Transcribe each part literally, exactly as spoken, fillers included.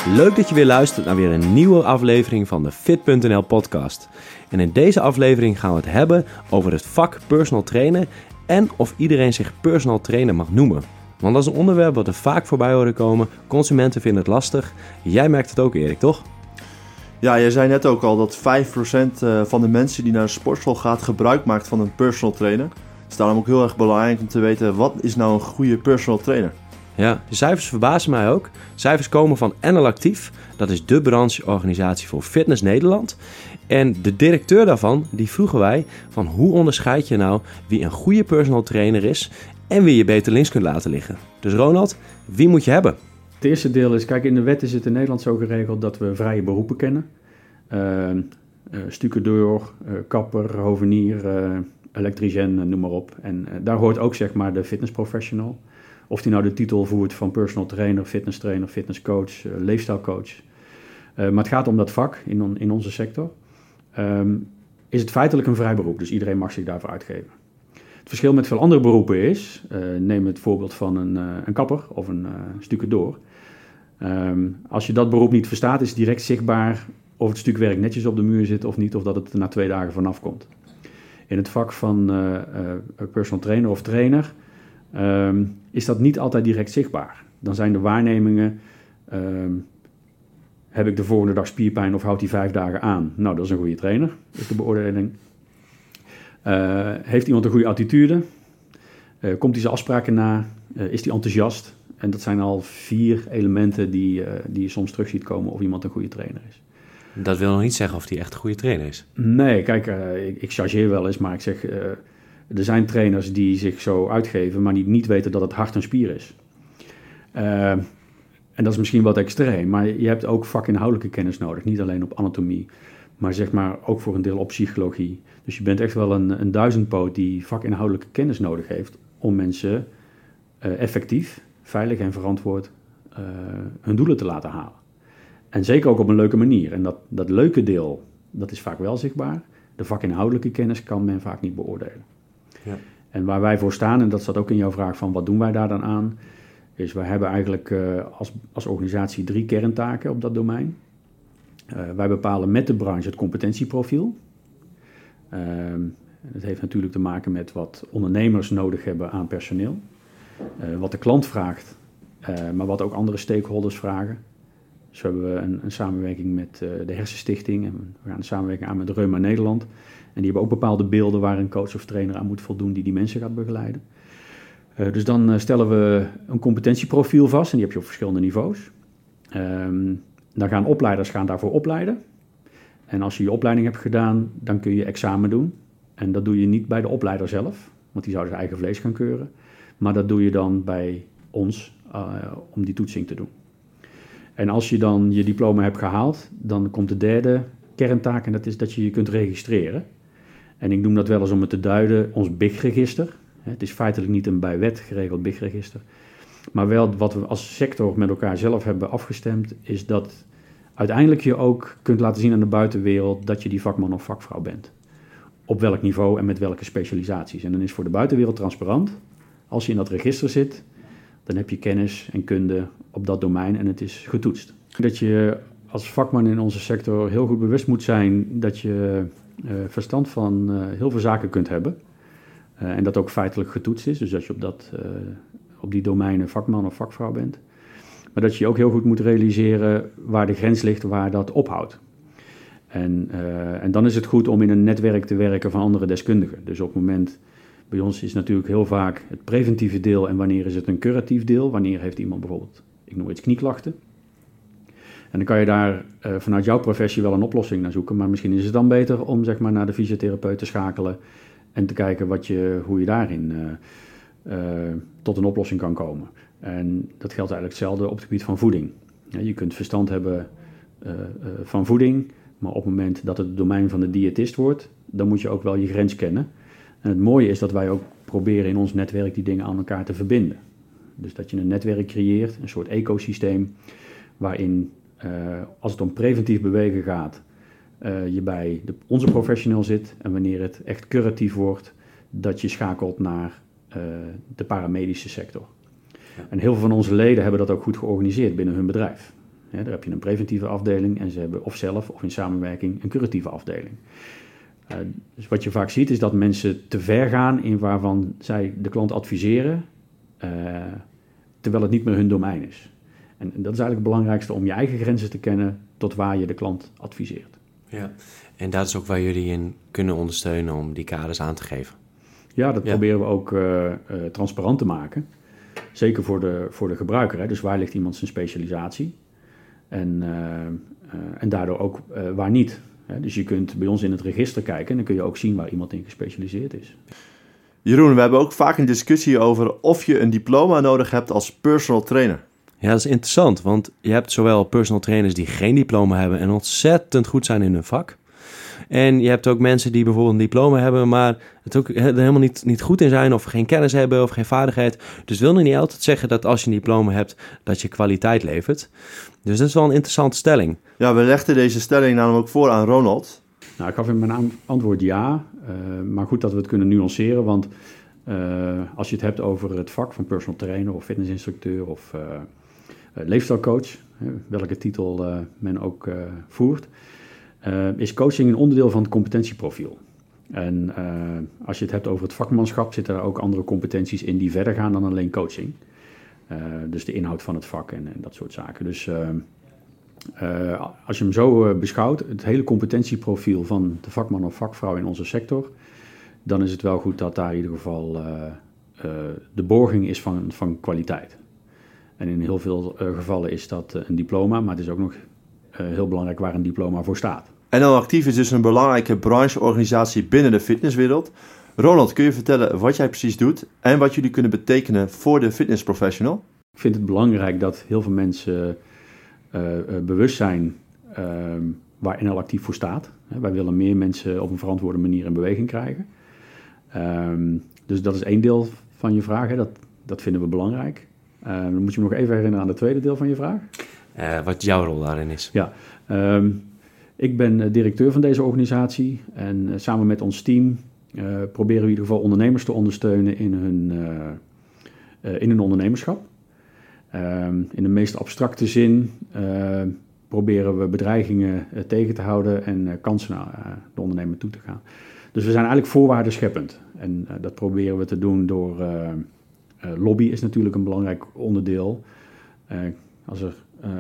Leuk dat je weer luistert naar weer een nieuwe aflevering van de Fit punt n l podcast. En in deze aflevering gaan we het hebben over het vak personal trainer en of iedereen zich personal trainer mag noemen. Want dat is een onderwerp wat er vaak voorbij horen komen. Consumenten vinden het lastig. Jij merkt het ook, Erik, toch? Ja, je zei net ook al dat vijf procent van de mensen die naar de sportschool gaat gebruik maakt van een personal trainer. Het is daarom ook heel erg belangrijk om te weten, wat is nou een goede personal trainer? Ja, de cijfers verbazen mij ook. Cijfers komen van N L Actief. Dat is de brancheorganisatie voor Fitness Nederland. En de directeur daarvan, die vroegen wij van hoe onderscheid je nou wie een goede personal trainer is en wie je beter links kunt laten liggen. Dus Ronald, wie moet je hebben? Het eerste deel is, kijk, in de wet is het in Nederland zo geregeld dat we vrije beroepen kennen. Uh, uh, stucadeur, uh, kapper, hovenier, uh, elektricien, uh, noem maar op. En uh, daar hoort ook zeg maar de fitnessprofessional. Of die nou de titel voert van personal trainer, fitness trainer, fitnesscoach, uh, leefstijlcoach. Uh, maar het gaat om dat vak in, on, in onze sector. Um, is het feitelijk een vrij beroep, dus iedereen mag zich daarvoor uitgeven. Het verschil met veel andere beroepen is, uh, neem het voorbeeld van een, uh, een kapper of een uh, stucadeur. Um, als je dat beroep niet verstaat, is het direct zichtbaar of het stuk werk netjes op de muur zit of niet, of dat het er na twee dagen vanaf komt. In het vak van uh, uh, personal trainer of trainer um, is dat niet altijd direct zichtbaar. Dan zijn de waarnemingen, um, heb ik de volgende dag spierpijn of houdt hij vijf dagen aan? Nou, dat is een goede trainer, is de beoordeling. Uh, heeft iemand een goede attitude? Uh, komt hij zijn afspraken na? Uh, is hij enthousiast? En dat zijn al vier elementen die, uh, die je soms terug ziet komen of iemand een goede trainer is. Dat wil nog niet zeggen of hij echt een goede trainer is. Nee, kijk, uh, ik, ik chargeer wel eens, maar ik zeg, uh, er zijn trainers die zich zo uitgeven, maar die niet weten dat het hart een spier is. Uh, en dat is misschien wat extreem, maar je hebt ook vakinhoudelijke kennis nodig, niet alleen op anatomie, maar zeg maar ook voor een deel op psychologie. Dus je bent echt wel een, een duizendpoot die vakinhoudelijke kennis nodig heeft om mensen uh, effectief, veilig en verantwoord uh, hun doelen te laten halen. En zeker ook op een leuke manier. En dat, dat leuke deel, dat is vaak wel zichtbaar. De vakinhoudelijke kennis kan men vaak niet beoordelen. Ja. En waar wij voor staan, en dat staat ook in jouw vraag van wat doen wij daar dan aan, is wij hebben eigenlijk uh, als, als organisatie drie kerntaken op dat domein. Uh, wij bepalen met de branche het competentieprofiel. Uh, dat heeft natuurlijk te maken met wat ondernemers nodig hebben aan personeel. Uh, wat de klant vraagt, uh, maar wat ook andere stakeholders vragen. Dus we hebben een, een samenwerking met uh, de Hersenstichting en we gaan een samenwerking aan met Reuma Nederland. En die hebben ook bepaalde beelden waar een coach of trainer aan moet voldoen die die mensen gaat begeleiden. Uh, dus dan uh, stellen we een competentieprofiel vast en die heb je op verschillende niveaus. Um, dan gaan opleiders gaan daarvoor opleiden. En als je je opleiding hebt gedaan, dan kun je examen doen. En dat doe je niet bij de opleider zelf, want die zou zijn eigen vlees gaan keuren. Maar dat doe je dan bij ons uh, om die toetsing te doen. En als je dan je diploma hebt gehaald, dan komt de derde kerntaak en dat is dat je je kunt registreren. En ik noem dat wel eens om het te duiden, ons B I G-register. Het is feitelijk niet een bij wet geregeld B I G-register. Maar wel wat we als sector met elkaar zelf hebben afgestemd, is dat uiteindelijk je ook kunt laten zien aan de buitenwereld dat je die vakman of vakvrouw bent. Op welk niveau en met welke specialisaties. En dan is voor de buitenwereld transparant. Als je in dat register zit, dan heb je kennis en kunde op dat domein en het is getoetst. Dat je als vakman in onze sector heel goed bewust moet zijn dat je uh, verstand van uh, heel veel zaken kunt hebben. Uh, en dat ook feitelijk getoetst is, dus dat je op, dat, uh, op die domeinen vakman of vakvrouw bent. Maar dat je ook heel goed moet realiseren waar de grens ligt, waar dat ophoudt. En, uh, en dan is het goed om in een netwerk te werken van andere deskundigen. Dus op het moment, bij ons is natuurlijk heel vaak het preventieve deel en wanneer is het een curatief deel. Wanneer heeft iemand bijvoorbeeld, ik noem iets, knieklachten. En dan kan je daar uh, vanuit jouw professie wel een oplossing naar zoeken. Maar misschien is het dan beter om zeg maar, naar de fysiotherapeut te schakelen en te kijken wat je, hoe je daarin uh, uh, tot een oplossing kan komen. En dat geldt eigenlijk hetzelfde op het gebied van voeding. Ja, je kunt verstand hebben uh, uh, van voeding, maar op het moment dat het het domein van de diëtist wordt, dan moet je ook wel je grens kennen. En het mooie is dat wij ook proberen in ons netwerk die dingen aan elkaar te verbinden. Dus dat je een netwerk creëert, een soort ecosysteem, waarin uh, als het om preventief bewegen gaat, uh, je bij de, onze professional zit en wanneer het echt curatief wordt, dat je schakelt naar uh, de paramedische sector. En heel veel van onze leden hebben dat ook goed georganiseerd binnen hun bedrijf. Ja, daar heb je een preventieve afdeling en ze hebben of zelf of in samenwerking een curatieve afdeling. Uh, dus wat je vaak ziet is dat mensen te ver gaan in waarvan zij de klant adviseren, uh, terwijl het niet meer hun domein is. En, en dat is eigenlijk het belangrijkste om je eigen grenzen te kennen tot waar je de klant adviseert. Ja, en dat is ook waar jullie in kunnen ondersteunen om die kaders aan te geven. Ja, dat ja. proberen we ook uh, uh, transparant te maken. Zeker voor de, voor de gebruiker. Hè. Dus waar ligt iemand zijn specialisatie? En, uh, uh, en daardoor ook uh, waar niet. Hè. Dus je kunt bij ons in het register kijken en dan kun je ook zien waar iemand in gespecialiseerd is. Jeroen, we hebben ook vaak een discussie over of je een diploma nodig hebt als personal trainer. Ja, dat is interessant, want je hebt zowel personal trainers die geen diploma hebben en ontzettend goed zijn in hun vak. En je hebt ook mensen die bijvoorbeeld een diploma hebben, maar het ook er helemaal niet, niet goed in zijn of geen kennis hebben of geen vaardigheid. Dus wil nog niet altijd zeggen dat als je een diploma hebt, dat je kwaliteit levert. Dus dat is wel een interessante stelling. Ja, we legden deze stelling namelijk ook voor aan Ronald. Nou, ik gaf in mijn antwoord ja, uh, maar goed dat we het kunnen nuanceren, want uh, als je het hebt over het vak van personal trainer of fitnessinstructeur of uh, uh, leefstijlcoach, uh, welke titel uh, men ook uh, voert, uh, is coaching een onderdeel van het competentieprofiel. En uh, als je het hebt over het vakmanschap, zitten er ook andere competenties in die verder gaan dan alleen coaching. Uh, dus de inhoud van het vak en, en dat soort zaken. Dus uh, uh, als je hem zo uh, beschouwt, het hele competentieprofiel van de vakman of vakvrouw in onze sector, dan is het wel goed dat daar in ieder geval uh, uh, de borging is van, van kwaliteit. En in heel veel uh, gevallen is dat uh, een diploma, maar het is ook nog uh, heel belangrijk waar een diploma voor staat. N L Actief is dus een belangrijke brancheorganisatie binnen de fitnesswereld. Ronald, kun je vertellen wat jij precies doet en wat jullie kunnen betekenen voor de fitnessprofessional? Ik vind het belangrijk dat heel veel mensen uh, uh, bewust zijn uh, waar N L Actief voor staat. Uh, wij willen meer mensen op een verantwoorde manier in beweging krijgen. Um, dus dat is één deel van je vraag, hè. Dat, dat vinden we belangrijk. Uh, dan moet je me nog even herinneren aan het tweede deel van je vraag. Uh, wat jouw rol daarin is. Ja, um, ik ben directeur van deze organisatie en uh, samen met ons team uh, proberen we in ieder geval ondernemers te ondersteunen in hun, uh, uh, in hun ondernemerschap. Um, in de meest abstracte zin uh, proberen we bedreigingen uh, tegen te houden en uh, kansen naar uh, de ondernemer toe te gaan. Dus we zijn eigenlijk voorwaarden scheppend. En uh, dat proberen we te doen door... Uh, uh, lobby is natuurlijk een belangrijk onderdeel. Uh, als er uh,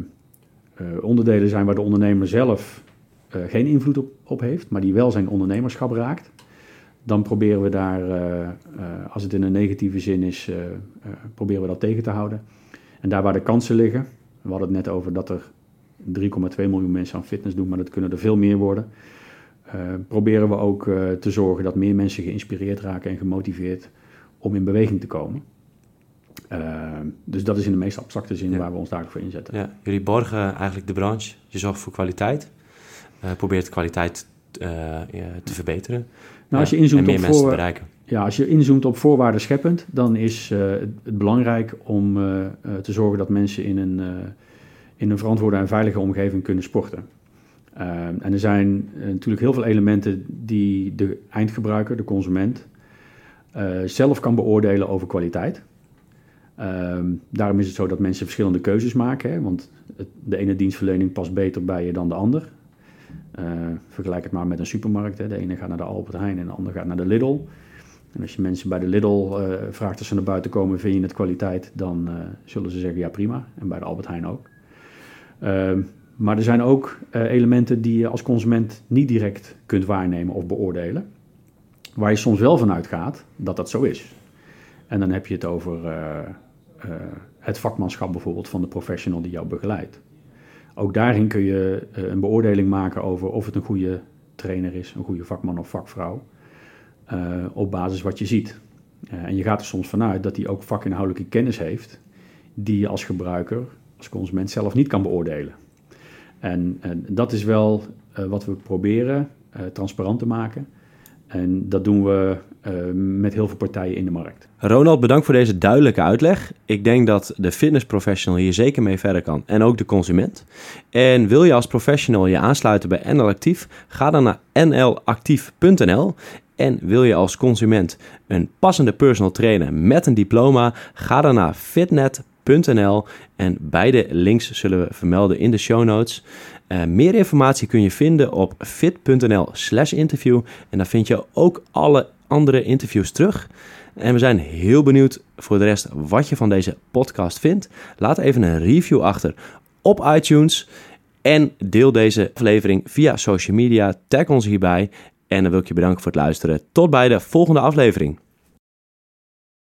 uh, onderdelen zijn waar de ondernemer zelf uh, geen invloed op, op heeft, maar die wel zijn ondernemerschap raakt, dan proberen we daar, uh, uh, als het in een negatieve zin is, uh, uh, proberen we dat tegen te houden. En daar waar de kansen liggen, we hadden het net over dat er drie komma twee miljoen mensen aan fitness doen, maar dat kunnen er veel meer worden. Uh, proberen we ook uh, te zorgen dat meer mensen geïnspireerd raken en gemotiveerd om in beweging te komen. Uh, dus dat is in de meest abstracte zin ja. waar we ons dagelijks voor inzetten. Ja, jullie borgen eigenlijk de branche. Je zorgt voor kwaliteit. Uh, probeert de kwaliteit uh, ja, te verbeteren. Nou, als je inzoomt en meer op mensen voor... te bereiken. Ja, als je inzoomt op voorwaarden scheppend, dan is uh, het belangrijk om uh, uh, te zorgen dat mensen in een, uh, in een verantwoorde en veilige omgeving kunnen sporten. Uh, en er zijn uh, natuurlijk heel veel elementen die de eindgebruiker, de consument, uh, zelf kan beoordelen over kwaliteit. Uh, daarom is het zo dat mensen verschillende keuzes maken, hè, want het, de ene dienstverlening past beter bij je dan de ander. Uh, vergelijk het maar met een supermarkt. Hè. De ene gaat naar de Albert Heijn en de andere gaat naar de Lidl. En als je mensen bij de Lidl uh, vraagt als ze naar buiten komen, vind je het kwaliteit, dan uh, zullen ze zeggen ja prima. En bij de Albert Heijn ook. Uh, maar er zijn ook uh, elementen die je als consument niet direct kunt waarnemen of beoordelen. Waar je soms wel van uitgaat dat dat zo is. En dan heb je het over uh, uh, het vakmanschap bijvoorbeeld van de professional die jou begeleidt. Ook daarin kun je uh, een beoordeling maken over of het een goede trainer is, een goede vakman of vakvrouw. Uh, op basis wat je ziet. Uh, en je gaat er soms vanuit dat hij ook vakinhoudelijke kennis heeft die je als gebruiker, als consument zelf niet kan beoordelen. En, en dat is wel uh, wat we proberen uh, transparant te maken. En dat doen we uh, met heel veel partijen in de markt. Ronald, bedankt voor deze duidelijke uitleg. Ik denk dat de fitnessprofessional hier zeker mee verder kan. En ook de consument. En wil je als professional je aansluiten bij N L Actief? Ga dan naar n l actief punt n l. En wil je als consument een passende personal trainer met een diploma? Ga dan naar fitnet punt n l. En beide links zullen we vermelden in de show notes. Uh, meer informatie kun je vinden op fit punt n l slash interview. En daar vind je ook alle andere interviews terug. En we zijn heel benieuwd voor de rest wat je van deze podcast vindt. Laat even een review achter op iTunes. En deel deze aflevering via social media. Tag ons hierbij. En dan wil ik je bedanken voor het luisteren. Tot bij de volgende aflevering.